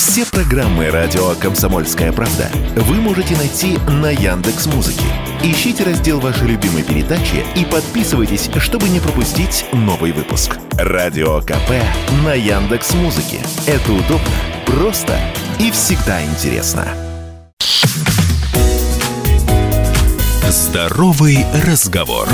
Все программы радио «Комсомольская правда» вы можете найти на Яндекс.Музыке. Ищите раздел вашей любимой передачи и подписывайтесь, чтобы не пропустить новый выпуск. Радио КП на Яндекс.Музыке. Это удобно, просто и всегда интересно. Здоровый разговор.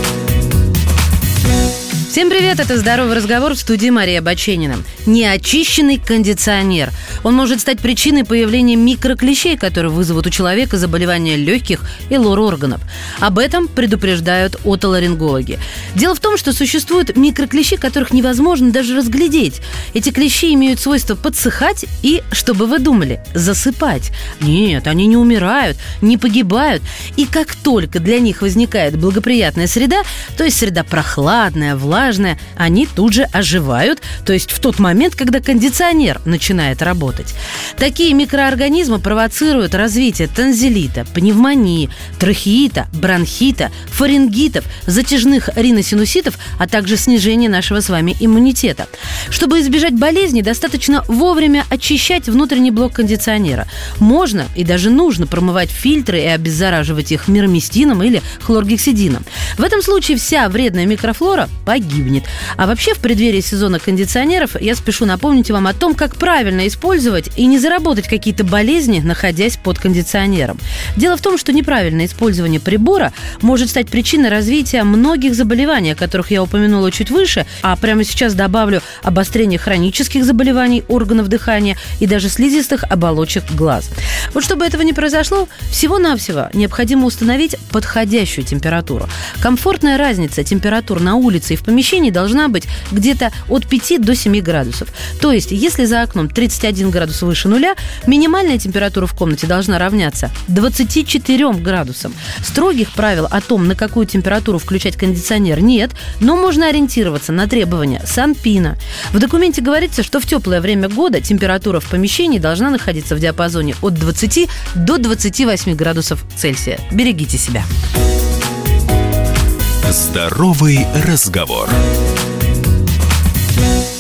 Всем привет, это «Здоровый разговор», в студии Мария Баченина. Неочищенный кондиционер. Он может стать причиной появления микроклещей, которые вызовут у человека заболевания легких и лор-органов. Об этом предупреждают отоларингологи. Дело в том, что существуют микроклещи, которых невозможно даже разглядеть. Эти клещи имеют свойство подсыхать и, чтобы вы думали, засыпать. Нет, они не умирают, не погибают. И как только для них возникает благоприятная среда, то есть среда прохладная, влажная, они тут же оживают, то есть в тот момент, когда кондиционер начинает работать. Такие микроорганизмы провоцируют развитие танзелита, пневмонии, трахеита, бронхита, фарингитов, затяжных риносинуситов, а также снижение нашего с вами иммунитета. Чтобы избежать болезней, достаточно вовремя очищать внутренний блок кондиционера. Можно и даже нужно промывать фильтры и обеззараживать их мироместином или хлоргексидином. В этом случае вся вредная микрофлора погибнет. А вообще в преддверии сезона кондиционеров я спешу напомнить вам о том, как правильно использовать и не заработать какие-то болезни, находясь под кондиционером. Дело в том, что неправильное использование прибора может стать причиной развития многих заболеваний, о которых я упомянула чуть выше, а прямо сейчас добавлю обострение хронических заболеваний органов дыхания и даже слизистых оболочек глаз. Вот чтобы этого не произошло, всего-навсего необходимо установить подходящую температуру. Комфортная разница температур на улице и в помещении должна быть где-то от 5 до 7 градусов. То есть, если за окном 31 градус выше нуля, минимальная температура в комнате должна равняться 24 градусам. Строгих правил о том, на какую температуру включать кондиционер, нет, но можно ориентироваться на требования Санпина. В документе говорится, что в теплое время года температура в помещении должна находиться в диапазоне от 20 до 28 градусов Цельсия. Берегите себя. Здоровый разговор.